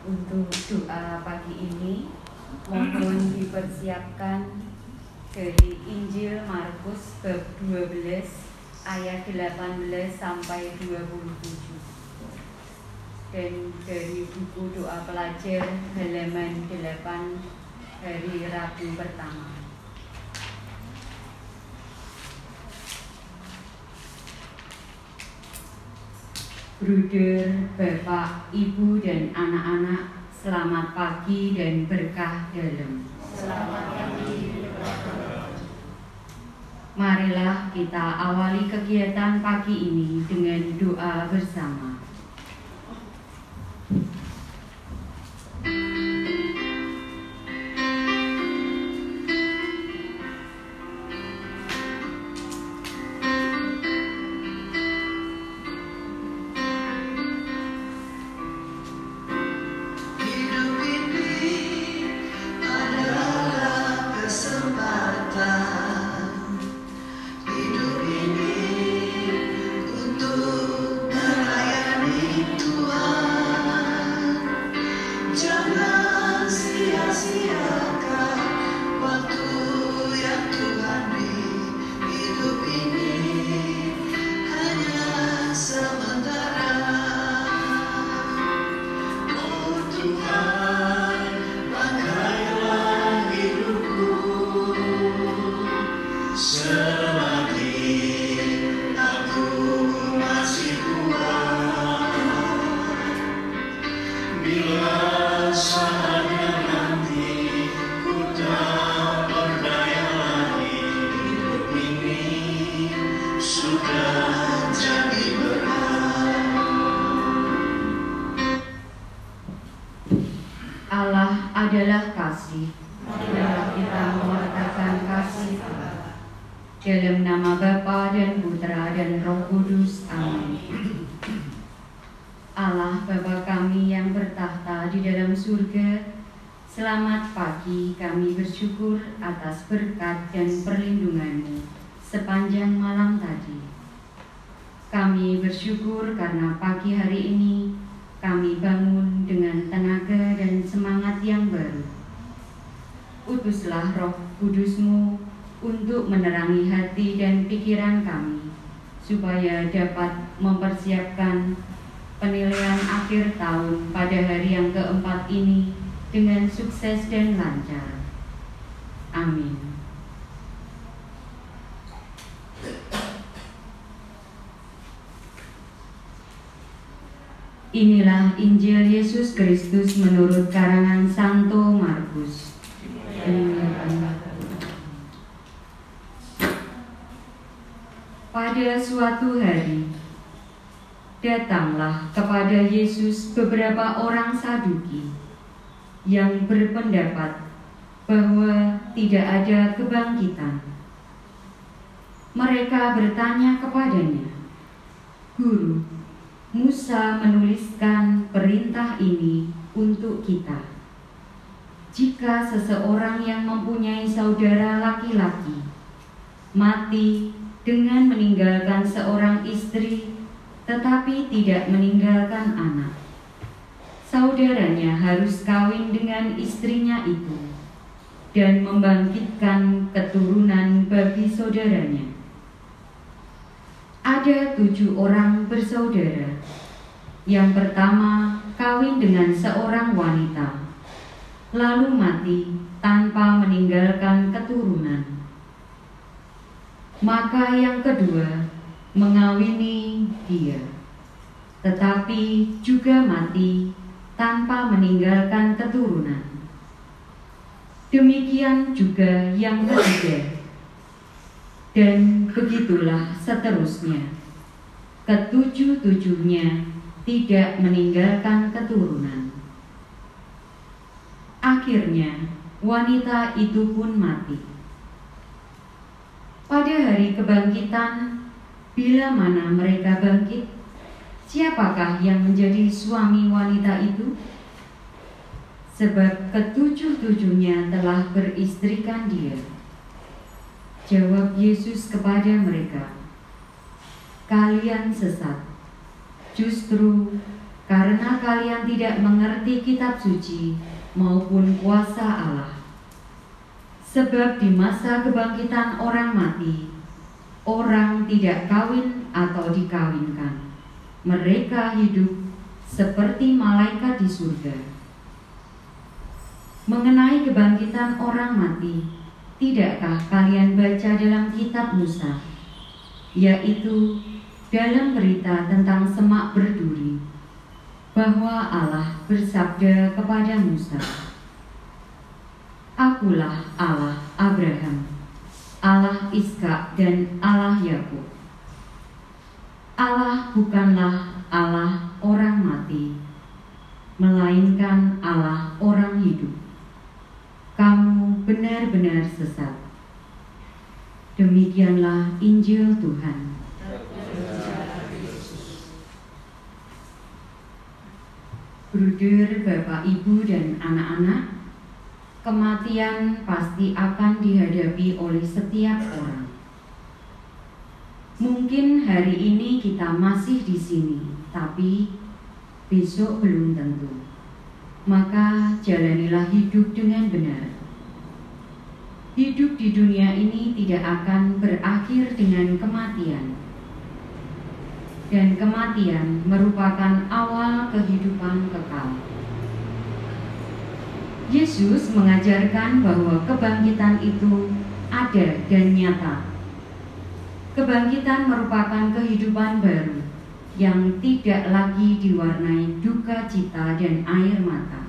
Untuk doa pagi ini mohon dipersiapkan dari Injil Markus bab 12 ayat 18 sampai 27 dan dari buku doa pelajar halaman 8 hari Rabu pertama. Bruder, Bapak, Ibu, dan anak-anak, selamat pagi dan berkah dalam. Selamat pagi. Marilah kita awali kegiatan pagi ini dengan doa bersama. Allah adalah kasih. Marilah kita menyatakan kasih Allah. Dalam nama Bapa dan Putra dan Roh Kudus. Amin. Allah Bapa kami yang bertahta di dalam surga, selamat pagi. Kami bersyukur atas berkat dan perlindungan-Mu sepanjang malam tadi. Kami bersyukur karena pagi hari ini kami bangun dengan tenaga dan semangat yang baru. Utuslah Roh Kudus-Mu untuk menerangi hati dan pikiran kami, supaya dapat mempersiapkan penilaian akhir tahun pada hari yang keempat ini dengan sukses dan lancar. Amin. Inilah Injil Yesus Kristus menurut karangan Santo Markus. Pada suatu hari, datanglah kepada Yesus beberapa orang Saduki yang berpendapat bahwa tidak ada kebangkitan. Mereka bertanya kepadanya, "Guru, Musa menuliskan perintah ini untuk kita. Jika seseorang yang mempunyai saudara laki-laki mati dengan meninggalkan seorang istri tetapi tidak meninggalkan anak, saudaranya harus kawin dengan istrinya itu dan membangkitkan keturunan bagi saudaranya. Ada 7 orang bersaudara. Yang pertama kawin dengan seorang wanita, lalu mati tanpa meninggalkan keturunan. Maka yang kedua mengawini dia, tetapi juga mati tanpa meninggalkan keturunan. Demikian juga yang ketiga. Dan begitulah seterusnya. Ketujuh-tujuhnya tidak meninggalkan keturunan. Akhirnya wanita itu pun mati. Pada hari kebangkitan, bila mana mereka bangkit, siapakah yang menjadi suami wanita itu? Sebab ketujuh-tujuhnya telah beristrikan dia. Jawab Yesus kepada mereka, "Kalian sesat, justru karena kalian tidak mengerti kitab suci maupun kuasa Allah. Sebab di masa kebangkitan orang mati, orang tidak kawin atau dikawinkan. Mereka hidup seperti malaikat di surga. Mengenai kebangkitan orang mati, tidakkah kalian baca dalam kitab Musa, yaitu dalam berita tentang semak berduri, bahwa Allah bersabda kepada Musa, "Akulah Allah Abraham, Allah Ishak dan Allah Yakub." Allah bukanlah Allah orang mati, melainkan Allah orang hidup. Kamu benar-benar sesat. Demikianlah Injil Tuhan. Bruder, Bapak, Ibu, dan anak-anak, kematian pasti akan dihadapi oleh setiap orang. Mungkin hari ini kita masih di sini, tapi besok belum tentu. Maka jalanilah hidup dengan benar. Hidup di dunia ini tidak akan berakhir dengan kematian. Dan kematian merupakan awal kehidupan kekal. Yesus mengajarkan bahwa kebangkitan itu ada dan nyata. Kebangkitan merupakan kehidupan baru yang tidak lagi diwarnai duka cita dan air mata.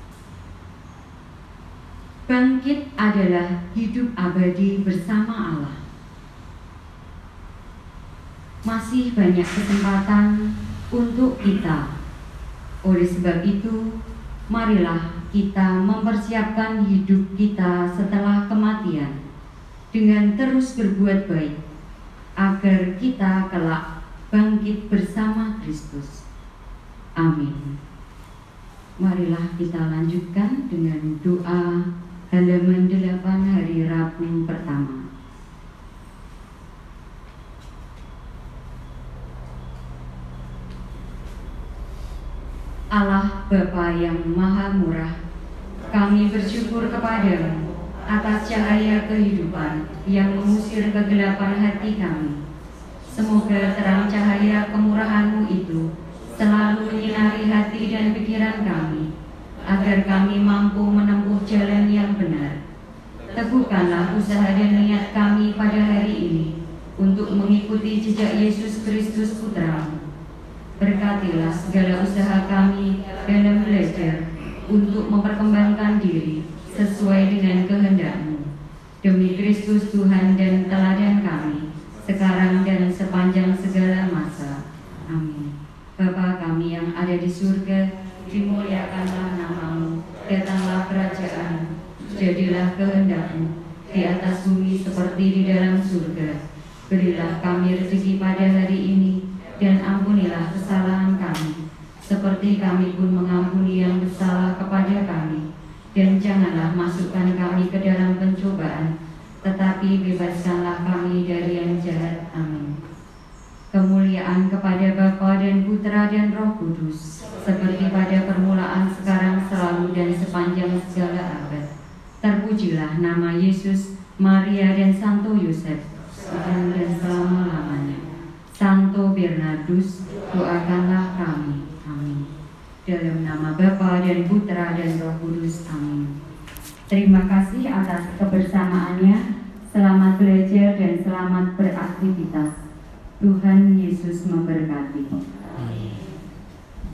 Bangkit adalah hidup abadi bersama Allah. Masih banyak kesempatan untuk kita. Oleh sebab itu, marilah kita mempersiapkan hidup kita setelah kematian dengan terus berbuat baik, agar kita kelak bangkit bersama Kristus. Amin. Marilah kita lanjutkan dengan doa halaman 8 hari Rabu pertama. Allah Bapa yang Maha Murah, kami bersyukur kepadamu atas cahaya kehidupan yang mengusir kegelapan hati kami. Semoga terang cahaya kemurahan-Mu itu selalu menyinari hati dan pikiran kami, agar kami mampu menempuh jalan yang benar. Teguhkanlah usaha dan niat kami pada hari ini untuk mengikuti jejak Yesus Kristus Putra-Mu. Berkatilah segala usaha kami dalam belajar untuk memperkembangkan diri sesuai dengan kehendak-Mu. Demi Kristus Tuhan dan teladan kami, sekarang dan sepanjang segala masa. Amin. Bapa kami yang ada di surga, dimuliakanlah nama-Mu, datanglah kerajaan-Mu, jadilah kehendak-Mu di atas bumi seperti di dalam surga. Berilah kami rezeki pada hari ini, dan ampunilah kesalahan kami, seperti kami pun mengampuni yang bersalah kepada kami. Dan janganlah masukkan kami ke dalam pencobaan, tetapi bebaskanlah kami dari yang jahat. Amin. Kemuliaan kepada Bapa dan Putra dan Roh Kudus, seperti pada permulaan, sekarang, selalu, dan sepanjang segala abad. Terpujilah nama Yesus, Maria, dan Santo Yosef, sekarang dan selama-lamanya. Santo Bernardus, doakanlah kami. Amin. Dalam nama Bapa dan Putra dan Roh Kudus. Amin. Terima kasih atas kebersamaannya. Selamat belajar dan selamat beraktivitas. Tuhan Yesus memberkati. Amin.